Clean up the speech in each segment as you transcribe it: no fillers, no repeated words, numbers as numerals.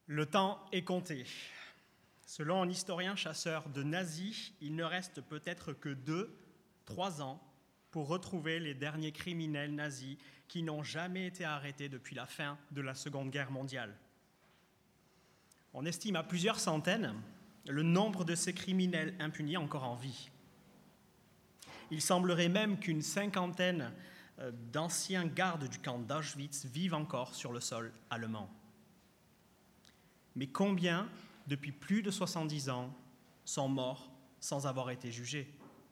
Le temps est compté. Selon un historien chasseur de nazis, il ne reste peut-être que 2-3 ans pour retrouver les derniers criminels nazis qui n'ont jamais été arrêtés depuis la fin de la Seconde Guerre mondiale. On estime à plusieurs centaines le nombre de ces criminels impunis encore en vie. Il semblerait même qu'une cinquantaine d'anciens gardes du camp d'Auschwitz vivent encore sur le sol allemand. Mais combien, depuis plus de 70 ans, sont morts sans avoir été jugés?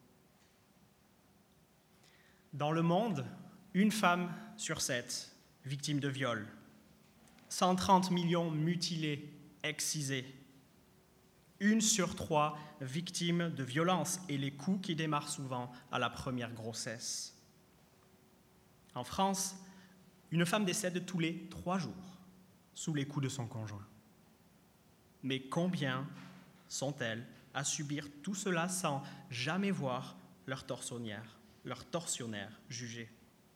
Dans le monde, une femme sur 7 victime de viol, 130 millions mutilés, excisés, 1 sur 3 victimes de violences et les coups qui démarrent souvent à la première grossesse. En France, une femme décède tous les 3 jours sous les coups de son conjoint. Mais combien sont-elles à subir tout cela sans jamais voir leur tortionnaire jugé?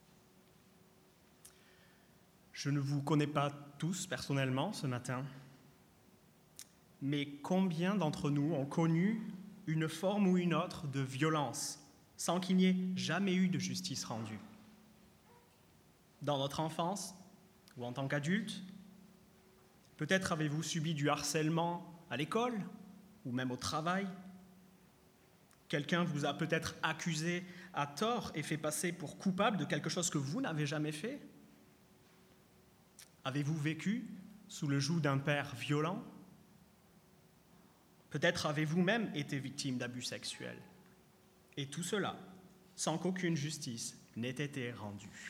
Je ne vous connais pas tous personnellement ce matin, mais combien d'entre nous ont connu une forme ou une autre de violence sans qu'il n'y ait jamais eu de justice rendue? Dans notre enfance ou en tant qu'adulte, peut-être avez-vous subi du harcèlement à l'école ou même au travail. Quelqu'un vous a peut-être accusé à tort et fait passer pour coupable de quelque chose que vous n'avez jamais fait. Avez-vous vécu sous le joug d'un père violent? Peut-être avez-vous même été victime d'abus sexuels. Et tout cela sans qu'aucune justice n'ait été rendue.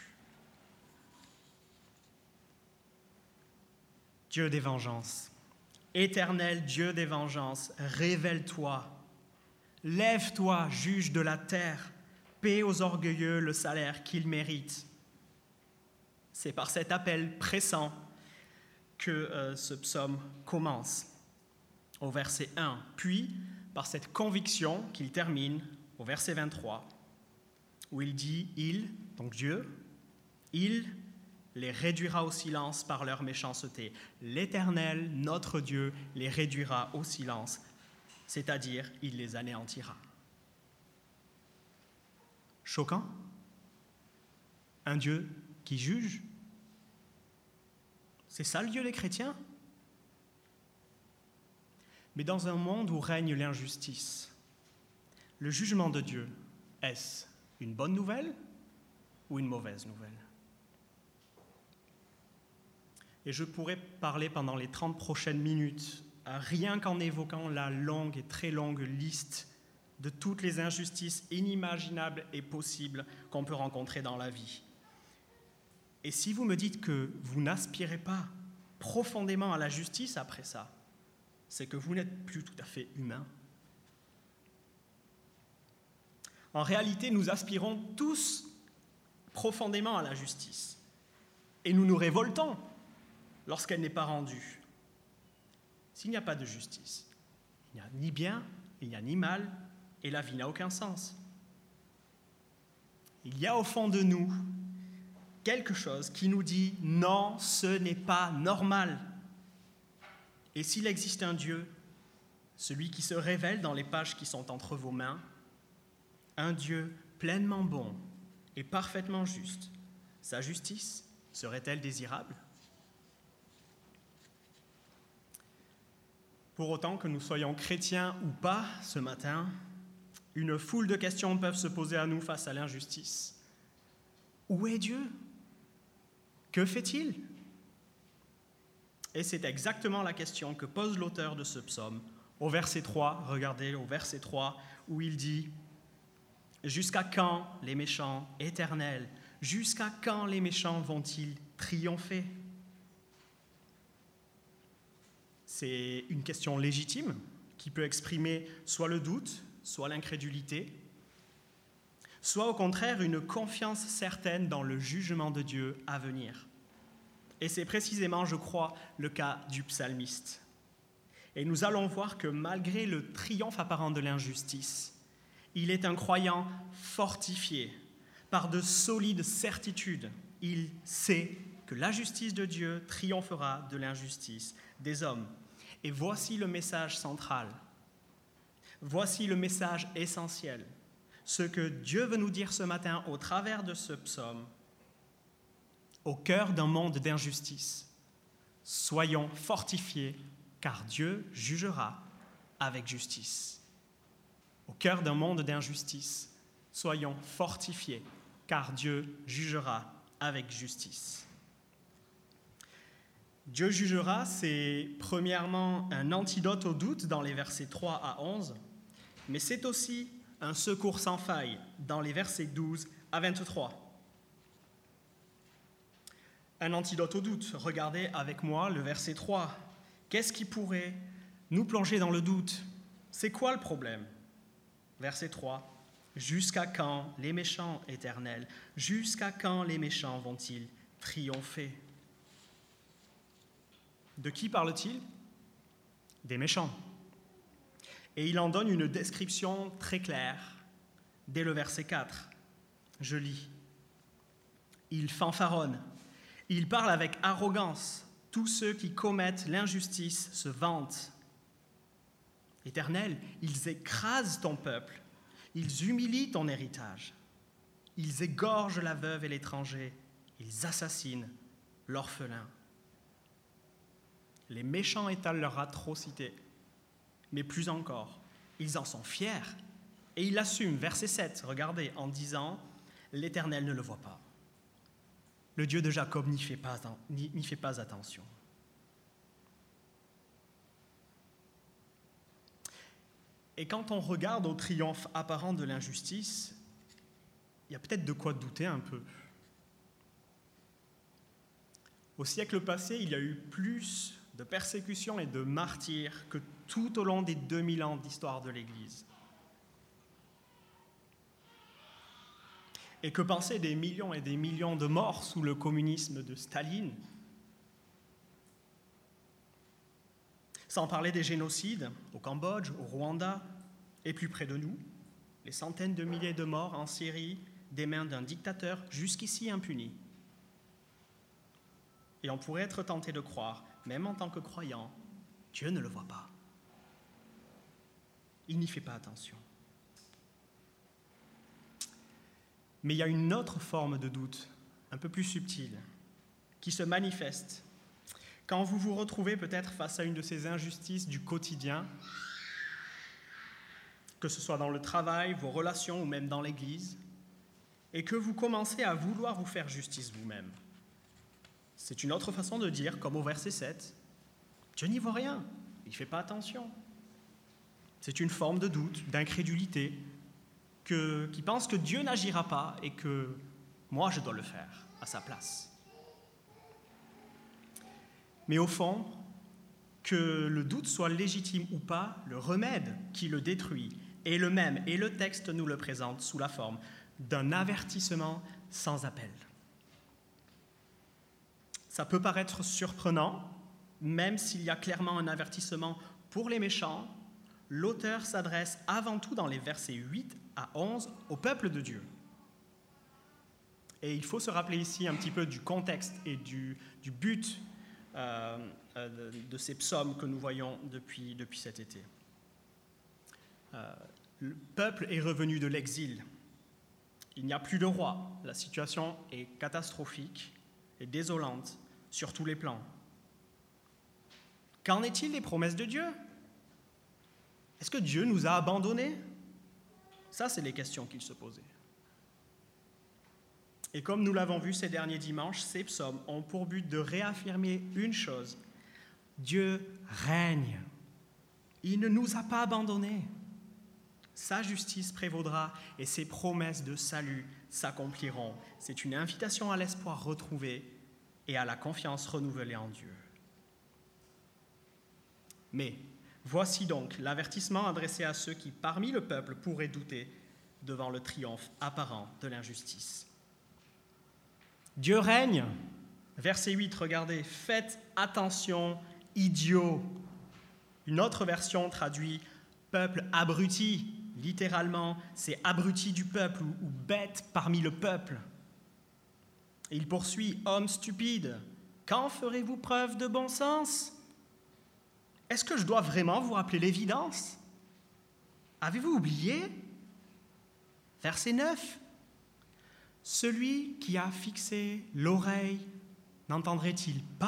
Dieu des vengeances, éternel Dieu des vengeances, révèle-toi, lève-toi, juge de la terre, paie aux orgueilleux le salaire qu'ils méritent. C'est par cet appel pressant que ce psaume commence au verset 1, puis par cette conviction qu'il termine au verset 23, où il dit « Il », donc Dieu, « il » les réduira au silence par leur méchanceté. L'Éternel, notre Dieu, les réduira au silence, c'est-à-dire il les anéantira. Choquant? Un Dieu qui juge? C'est ça le Dieu des chrétiens? Mais dans un monde où règne l'injustice, le jugement de Dieu, est-ce une bonne nouvelle ou une mauvaise nouvelle? Et je pourrais parler pendant les 30 prochaines minutes, rien qu'en évoquant la longue et très longue liste de toutes les injustices inimaginables et possibles qu'on peut rencontrer dans la vie. Et si vous me dites que vous n'aspirez pas profondément à la justice après ça, c'est que vous n'êtes plus tout à fait humain. En réalité, nous aspirons tous profondément à la justice. Et nous nous révoltons lorsqu'elle n'est pas rendue. S'il n'y a pas de justice, il n'y a ni bien, il n'y a ni mal, et la vie n'a aucun sens. Il y a au fond de nous quelque chose qui nous dit « Non, ce n'est pas normal ». Et s'il existe un Dieu, celui qui se révèle dans les pages qui sont entre vos mains, un Dieu pleinement bon et parfaitement juste, sa justice serait-elle désirable ? Pour autant que nous soyons chrétiens ou pas ce matin, une foule de questions peuvent se poser à nous face à l'injustice. Où est Dieu? Que fait-il? Et c'est exactement la question que pose l'auteur de ce psaume. Au verset 3, regardez au verset 3, où il dit « Jusqu'à quand les méchants, éternels, jusqu'à quand les méchants vont-ils triompher ?» C'est une question légitime qui peut exprimer soit le doute, soit l'incrédulité, soit au contraire une confiance certaine dans le jugement de Dieu à venir. Et c'est précisément, je crois, le cas du psalmiste. Et nous allons voir que malgré le triomphe apparent de l'injustice, il est un croyant fortifié par de solides certitudes. Il sait que la justice de Dieu triomphera de l'injustice des hommes. Et voici le message central. Voici le message essentiel. Ce que Dieu veut nous dire ce matin au travers de ce psaume, au cœur d'un monde d'injustice, soyons fortifiés, car Dieu jugera avec justice. Au cœur d'un monde d'injustice, soyons fortifiés, car Dieu jugera avec justice. Dieu jugera, c'est premièrement un antidote au doute dans les versets 3 à 11, mais c'est aussi un secours sans faille dans les versets 12 à 23. Un antidote au doute. Regardez avec moi le verset 3. Qu'est-ce qui pourrait nous plonger dans le doute? C'est quoi le problème? Verset 3. Jusqu'à quand les méchants, Éternel? Jusqu'à quand les méchants vont-ils triompher? De qui parle-t-il? Des méchants. Et il en donne une description très claire dès le verset 4. Je lis. Il fanfaronne. Il parle avec arrogance. Tous ceux qui commettent l'injustice se vantent. Éternel, ils écrasent ton peuple. Ils humilient ton héritage. Ils égorgent la veuve et l'étranger. Ils assassinent l'orphelin. Les méchants étalent leur atrocité, mais plus encore, ils en sont fiers et ils l'assument. Verset 7, regardez, en disant « L'Éternel ne le voit pas. Le Dieu de Jacob n'y fait pas attention. » Et quand on regarde au triomphe apparent de l'injustice, il y a peut-être de quoi douter un peu. Au siècle passé, il y a eu plus de persécutions et de martyrs que tout au long des 2000 ans d'histoire de l'Église. Et que penser des millions et des millions de morts sous le communisme de Staline? Sans parler des génocides au Cambodge, au Rwanda, et plus près de nous, les centaines de milliers de morts en Syrie des mains d'un dictateur jusqu'ici impuni. Et on pourrait être tenté de croire, même en tant que croyant, Dieu ne le voit pas. Il n'y fait pas attention. Mais il y a une autre forme de doute, un peu plus subtile, qui se manifeste quand vous vous retrouvez peut-être face à une de ces injustices du quotidien, que ce soit dans le travail, vos relations ou même dans l'Église, et que vous commencez à vouloir vous faire justice vous-même. C'est une autre façon de dire, comme au verset 7, Dieu n'y voit rien, il ne fait pas attention. C'est une forme de doute, d'incrédulité, qui pense que Dieu n'agira pas et que moi je dois le faire à sa place. Mais au fond, que le doute soit légitime ou pas, le remède qui le détruit est le même, et le texte nous le présente sous la forme d'un avertissement sans appel. Ça peut paraître surprenant, même s'il y a clairement un avertissement pour les méchants, l'auteur s'adresse avant tout dans les versets 8 à 11 au peuple de Dieu. Et il faut se rappeler ici un petit peu du contexte et du but de ces psaumes que nous voyons depuis cet été. Le peuple est revenu de l'exil. Il n'y a plus de roi. La situation est catastrophique et désolante sur tous les plans. Qu'en est-il des promesses de Dieu? Est-ce que Dieu nous a abandonnés? Ça, c'est les questions qu'il se posait. Et comme nous l'avons vu ces derniers dimanches, ces psaumes ont pour but de réaffirmer une chose. Dieu règne. Il ne nous a pas abandonnés. Sa justice prévaudra et ses promesses de salut s'accompliront. C'est une invitation à l'espoir retrouvé et à la confiance renouvelée en Dieu. Mais voici donc l'avertissement adressé à ceux qui, parmi le peuple, pourraient douter devant le triomphe apparent de l'injustice. Dieu règne. Verset 8, regardez. Faites attention, idiots. Une autre version traduit peuple abruti. Littéralement, c'est abruti du peuple ou bête parmi le peuple. Il poursuit, « Homme stupide, quand ferez-vous preuve de bon sens ? Est-ce que je dois vraiment vous rappeler l'évidence ? Avez-vous oublié ? Verset 9. Celui qui a fixé l'oreille, n'entendrait-il pas ?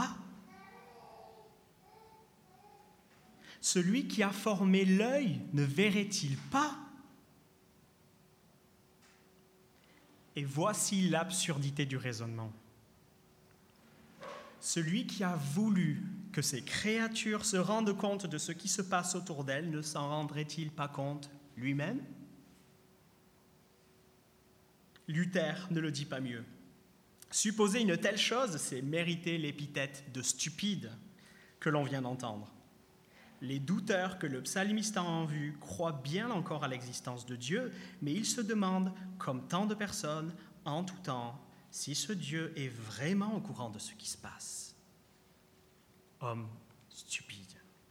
Celui qui a formé l'œil, ne verrait-il pas ? Et voici l'absurdité du raisonnement. Celui qui a voulu que ces créatures se rendent compte de ce qui se passe autour d'elles, ne s'en rendrait-il pas compte lui-même ? Luther ne le dit pas mieux. Supposer une telle chose, c'est mériter l'épithète de stupide que l'on vient d'entendre. Les douteurs que le psalmiste a en vue croient bien encore à l'existence de Dieu, mais ils se demandent, comme tant de personnes, en tout temps, si ce Dieu est vraiment au courant de ce qui se passe. Homme stupide.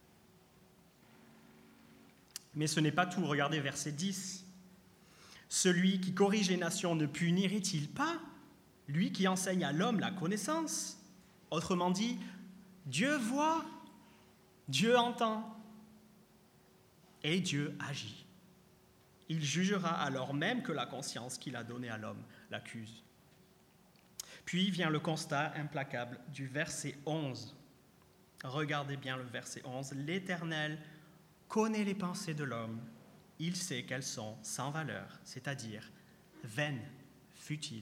Mais ce n'est pas tout. Regardez verset 10. Celui qui corrige les nations ne punirait-il pas, lui qui enseigne à l'homme la connaissance ? Autrement dit, Dieu voit, Dieu entend, et Dieu agit. Il jugera alors même que la conscience qu'il a donnée à l'homme l'accuse. Puis vient le constat implacable du verset 11. Regardez bien le verset 11. L'Éternel connaît les pensées de l'homme. Il sait qu'elles sont sans valeur, c'est-à-dire vaines, futiles.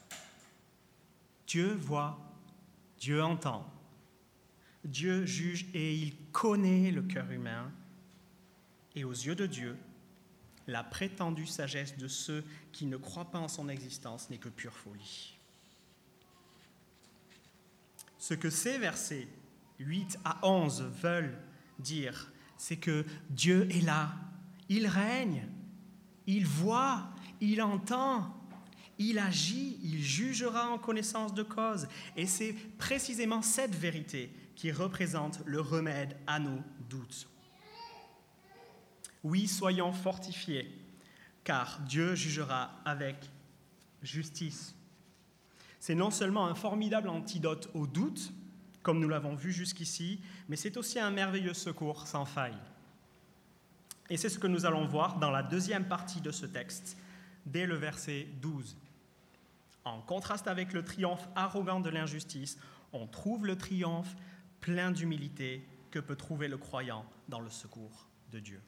Dieu voit, Dieu entend. Dieu juge et il connaît le cœur humain. Et aux yeux de Dieu, la prétendue sagesse de ceux qui ne croient pas en son existence n'est que pure folie. Ce que ces versets 8 à 11 veulent dire, c'est que Dieu est là, il règne, il voit, il entend, il agit, il jugera en connaissance de cause. Et c'est précisément cette vérité qui représente le remède à nos doutes. Oui, soyons fortifiés, car Dieu jugera avec justice. C'est non seulement un formidable antidote au doute, comme nous l'avons vu jusqu'ici, mais c'est aussi un merveilleux secours sans faille. Et c'est ce que nous allons voir dans la deuxième partie de ce texte, dès le verset 12. En contraste avec le triomphe arrogant de l'injustice, on trouve le triomphe plein d'humilité que peut trouver le croyant dans le secours de Dieu.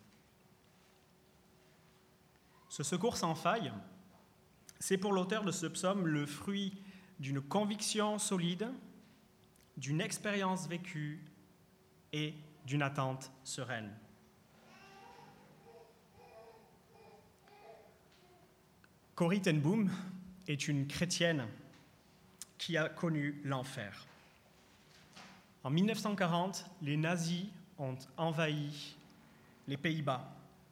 Ce secours sans faille, c'est pour l'auteur de ce psaume le fruit d'une conviction solide, d'une expérience vécue et d'une attente sereine. Corrie ten Boom est une chrétienne qui a connu l'enfer. En 1940, les nazis ont envahi les Pays-Bas.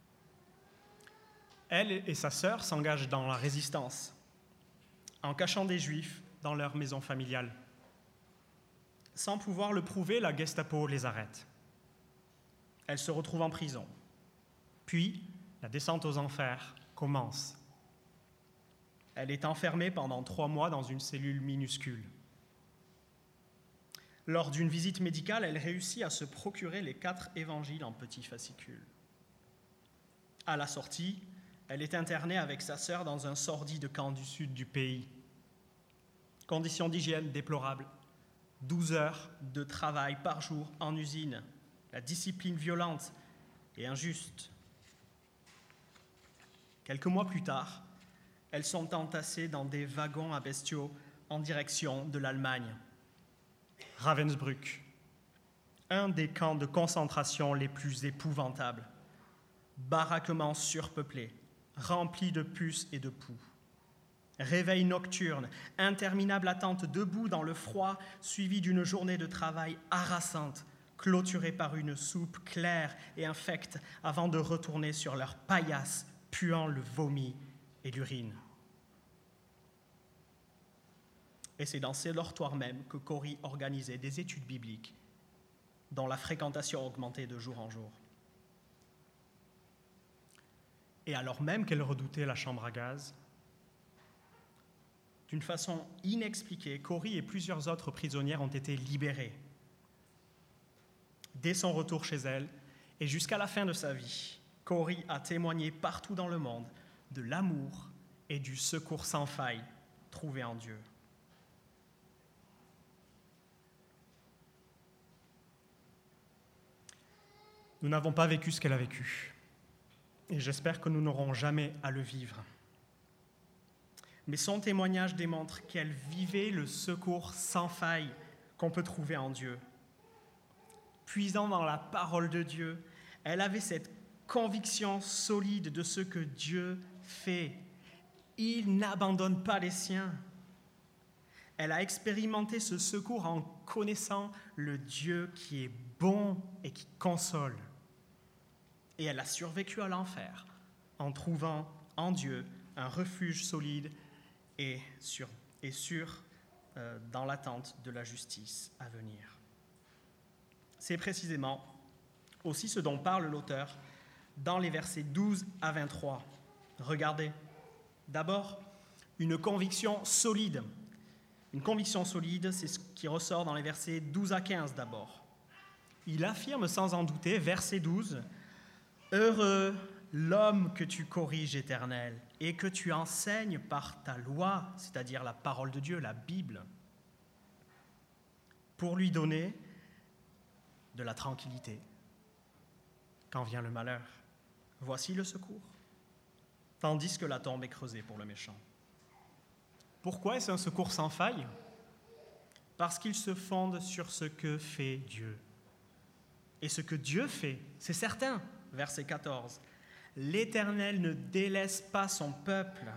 Elle et sa sœur s'engagent dans la résistance, en cachant des Juifs dans leur maison familiale. Sans pouvoir le prouver, la Gestapo les arrête. Elle se retrouve en prison. Puis, la descente aux enfers commence. Elle est enfermée pendant 3 mois dans une cellule minuscule. Lors d'une visite médicale, elle réussit à se procurer les 4 évangiles en petits fascicules. À la sortie, elle est internée avec sa sœur dans un sordide camp du sud du pays. Conditions d'hygiène déplorables, 12 heures de travail par jour en usine, la discipline violente et injuste. Quelques mois plus tard, elles sont entassées dans des wagons à bestiaux en direction de l'Allemagne. Ravensbrück, un des camps de concentration les plus épouvantables, baraquements surpeuplés, remplis de puces et de poux. Réveil nocturne, interminable attente debout dans le froid, suivie d'une journée de travail harassante, clôturée par une soupe claire et infecte avant de retourner sur leur paillasse, puant le vomi et l'urine. Et c'est dans ces dortoirs même que Corrie organisait des études bibliques, dont la fréquentation augmentait de jour en jour. Et alors même qu'elle redoutait la chambre à gaz, D'une façon inexpliquée, Cori et plusieurs autres prisonnières ont été libérées. Dès son retour chez elle et jusqu'à la fin de sa vie, Cori a témoigné partout dans le monde de l'amour et du secours sans faille trouvé en Dieu. Nous n'avons pas vécu ce qu'elle a vécu, et j'espère que nous n'aurons jamais à le vivre. Mais son témoignage démontre qu'elle vivait le secours sans faille qu'on peut trouver en Dieu. Puisant dans la parole de Dieu, elle avait cette conviction solide de ce que Dieu fait. Il n'abandonne pas les siens. Elle a expérimenté ce secours en connaissant le Dieu qui est bon et qui console. Et elle a survécu à l'enfer en trouvant en Dieu un refuge solide et sûr dans l'attente de la justice à venir. C'est précisément aussi ce dont parle l'auteur dans les versets 12 à 23. Regardez, d'abord, une conviction solide. Une conviction solide, c'est ce qui ressort dans les versets 12 à 15 d'abord. Il affirme sans en douter, verset 12, « Heureux l'homme que tu corriges, Éternel, et que tu enseignes par ta loi, c'est-à-dire la parole de Dieu, la Bible, pour lui donner de la tranquillité quand vient le malheur. Voici le secours, tandis que la tombe est creusée pour le méchant. » Pourquoi est-ce un secours sans faille ? Parce qu'il se fonde sur ce que fait Dieu. Et ce que Dieu fait, c'est certain. Verset 14. « L'Éternel ne délaisse pas son peuple.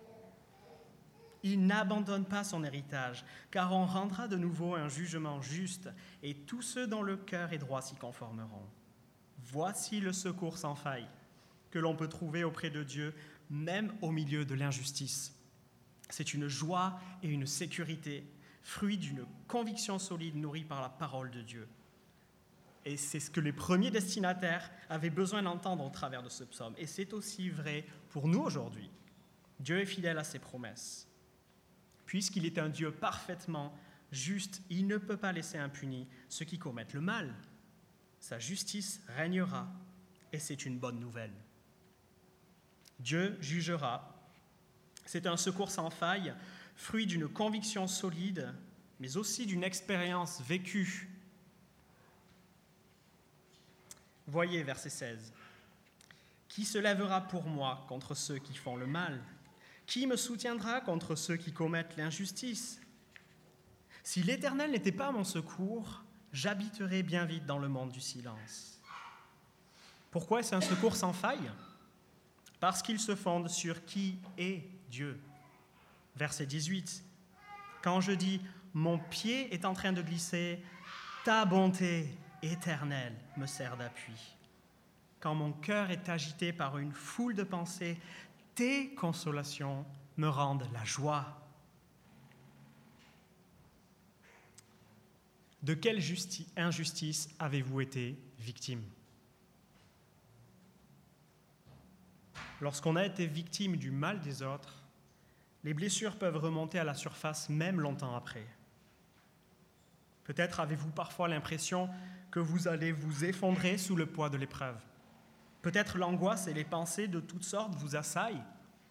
Il n'abandonne pas son héritage, car on rendra de nouveau un jugement juste, et tous ceux dont le cœur est droit s'y conformeront. Voici le secours sans faille que l'on peut trouver auprès de Dieu, même au milieu de l'injustice. C'est une joie et une sécurité, fruit d'une conviction solide nourrie par la parole de Dieu. Et c'est ce que les premiers destinataires avaient besoin d'entendre au travers de ce psaume. Et c'est aussi vrai pour nous aujourd'hui. Dieu est fidèle à ses promesses. Puisqu'il est un Dieu parfaitement juste, il ne peut pas laisser impunis ceux qui commettent le mal. Sa justice régnera, et c'est une bonne nouvelle. Dieu jugera. C'est un secours sans faille, fruit d'une conviction solide, mais aussi d'une expérience vécue. Voyez verset 16. « Qui se lèvera pour moi contre ceux qui font le mal ? Qui me soutiendra contre ceux qui commettent l'injustice ? Si l'Éternel n'était pas mon secours, j'habiterais bien vite dans le monde du silence. » Pourquoi est-ce un secours sans faille ? Parce qu'il se fonde sur qui est Dieu. Verset 18. « Quand je dis « Mon pied est en train de glisser », ta bonté éternelle me sert d'appui. Quand mon cœur est agité par une foule de pensées, tes consolations me rendent la joie. » De quelle injustice avez-vous été victime ? Lorsqu'on a été victime du mal des autres, les blessures peuvent remonter à la surface même longtemps après. Peut-être avez-vous parfois l'impression que vous allez vous effondrer sous le poids de l'épreuve. Peut-être l'angoisse et les pensées de toutes sortes vous assaillent.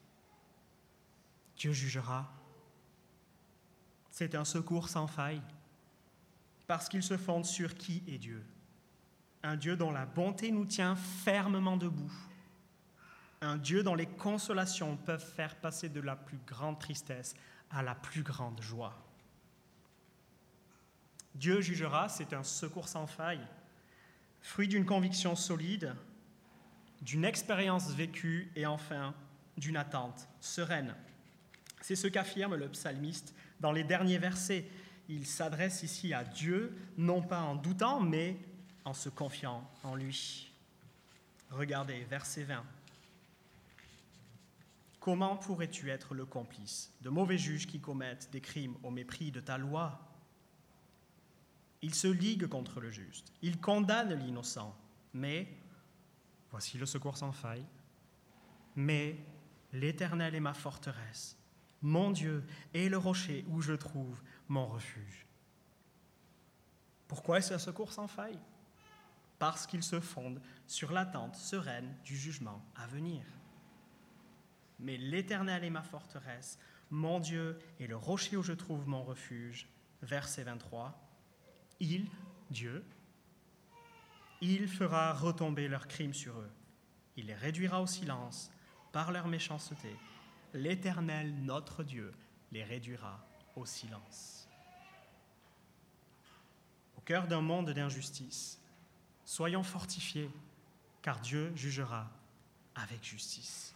Dieu jugera. C'est un secours sans faille, parce qu'il se fonde sur qui est Dieu. Un Dieu dont la bonté nous tient fermement debout. Un Dieu dont les consolations peuvent faire passer de la plus grande tristesse à la plus grande joie. Dieu jugera, c'est un secours sans faille, fruit d'une conviction solide, d'une expérience vécue et enfin d'une attente sereine. C'est ce qu'affirme le psalmiste dans les derniers versets. Il s'adresse ici à Dieu, non pas en doutant, mais en se confiant en lui. Regardez, verset 20. « Comment pourrais-tu être le complice de mauvais juges qui commettent des crimes au mépris de ta loi ? Ils se liguent contre le juste, ils condamnent l'innocent, mais, voici le secours sans faille, mais l'Éternel est ma forteresse, mon Dieu est le rocher où je trouve mon refuge. Pourquoi est-ce un secours sans faille? Parce qu'il se fonde sur l'attente sereine du jugement à venir. Mais l'Éternel est ma forteresse, mon Dieu est le rocher où je trouve mon refuge. Verset 23. Dieu, il fera retomber leurs crimes sur eux. Il les réduira au silence par leur méchanceté. L'Éternel, notre Dieu, les réduira au silence. Au cœur d'un monde d'injustice, soyons fortifiés, car Dieu jugera avec justice.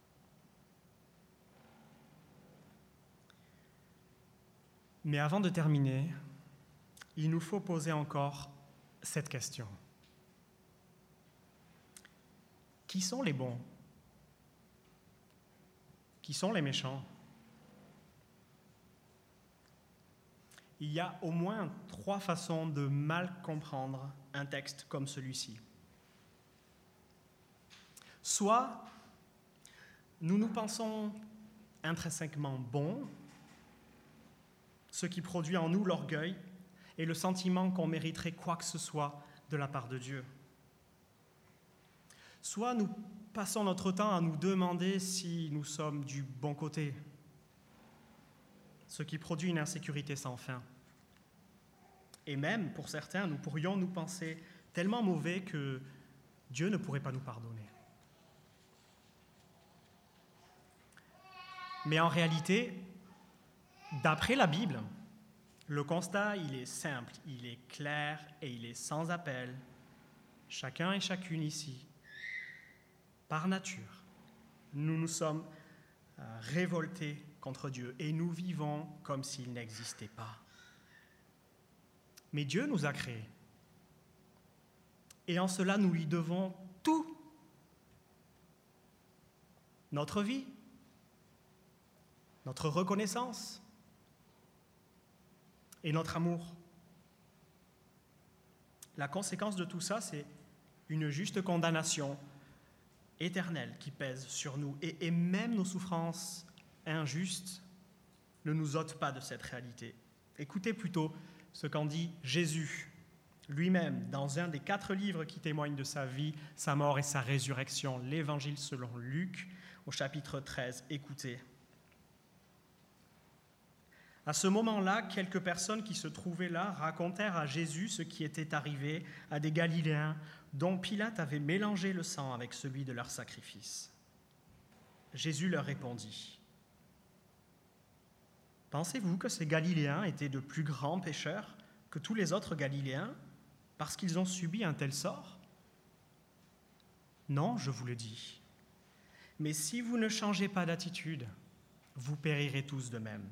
Mais avant de terminer, il nous faut poser encore cette question. Qui sont les bons? Qui sont les méchants? Il y a au moins 3 façons de mal comprendre un texte comme celui-ci. Soit nous nous pensons intrinsèquement bons, ce qui produit en nous l'orgueil et le sentiment qu'on mériterait quoi que ce soit de la part de Dieu. Soit nous passons notre temps à nous demander si nous sommes du bon côté, ce qui produit une insécurité sans fin. Et même, pour certains, nous pourrions nous penser tellement mauvais que Dieu ne pourrait pas nous pardonner. Mais en réalité, d'après la Bible, le constat, il est simple, il est clair et il est sans appel. Chacun et chacune ici, par nature, nous nous sommes révoltés contre Dieu et nous vivons comme s'il n'existait pas. Mais Dieu nous a créés. Et en cela, nous lui devons tout. Notre vie, notre reconnaissance et notre amour. La conséquence de tout ça, c'est une juste condamnation éternelle qui pèse sur nous. Et même nos souffrances injustes ne nous ôtent pas de cette réalité. Écoutez plutôt ce qu'en dit Jésus lui-même dans un des 4 livres qui témoignent de sa vie, sa mort et sa résurrection, l'Évangile selon Luc, au chapitre 13. Écoutez. À ce moment-là, quelques personnes qui se trouvaient là racontèrent à Jésus ce qui était arrivé à des Galiléens dont Pilate avait mélangé le sang avec celui de leur sacrifice. Jésus leur répondit : « Pensez-vous que ces Galiléens étaient de plus grands pécheurs que tous les autres Galiléens parce qu'ils ont subi un tel sort ? Non, je vous le dis. Mais si vous ne changez pas d'attitude, vous périrez tous de même.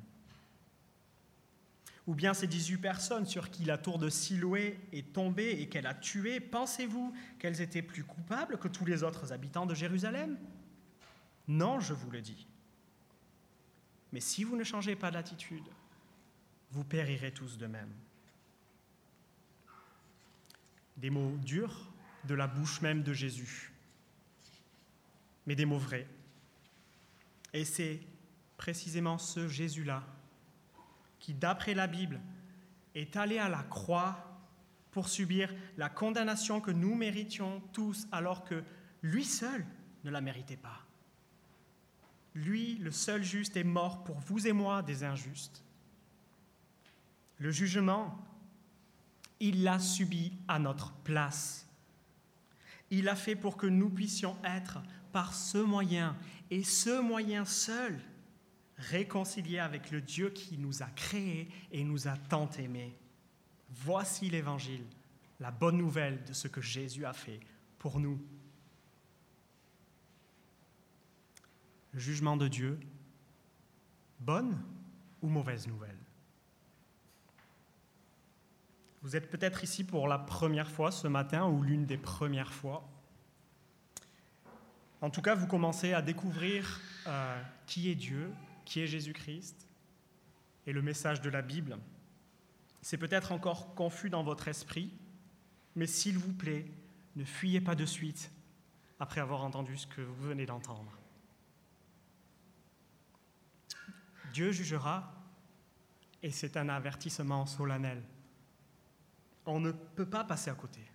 Ou bien ces 18 personnes sur qui la tour de Siloé est tombée et qu'elle a tuées, pensez-vous qu'elles étaient plus coupables que tous les autres habitants de Jérusalem ? Non, je vous le dis. Mais si vous ne changez pas d'attitude, vous périrez tous de même. » Des mots durs de la bouche même de Jésus, mais des mots vrais. Et c'est précisément ce Jésus-là qui, d'après la Bible, est allé à la croix pour subir la condamnation que nous méritions tous, alors que lui seul ne la méritait pas. Lui, le seul juste, est mort pour vous et moi, des injustes. Le jugement, il l'a subi à notre place. Il l'a fait pour que nous puissions être, par ce moyen, et ce moyen seul, réconciliés avec le Dieu qui nous a créés et nous a tant aimés. Voici l'Évangile, la bonne nouvelle de ce que Jésus a fait pour nous. Le jugement de Dieu, bonne ou mauvaise nouvelle ? Vous êtes peut-être ici pour la première fois ce matin ou l'une des premières fois. En tout cas, vous commencez à découvrir qui est Dieu, qui est Jésus-Christ et le message de la Bible. C'est peut-être encore confus dans votre esprit, mais s'il vous plaît, ne fuyez pas de suite après avoir entendu ce que vous venez d'entendre. Dieu jugera, et c'est un avertissement solennel. On ne peut pas passer à côté.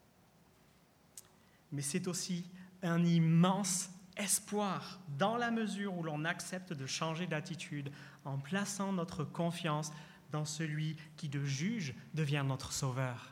Mais c'est aussi un immense espoir dans la mesure où l'on accepte de changer d'attitude en plaçant notre confiance dans celui qui de juge devient notre sauveur.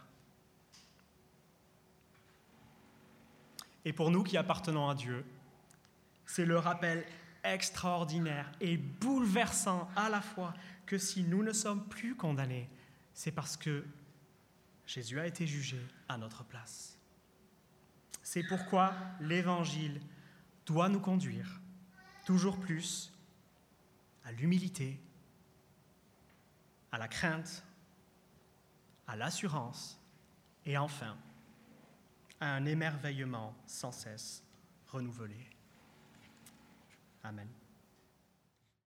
Et pour nous qui appartenons à Dieu, c'est le rappel extraordinaire et bouleversant à la fois que si nous ne sommes plus condamnés, c'est parce que Jésus a été jugé à notre place. C'est pourquoi l'Évangile doit nous conduire toujours plus à l'humilité, à la crainte, à l'assurance et enfin à un émerveillement sans cesse renouvelé. Amen.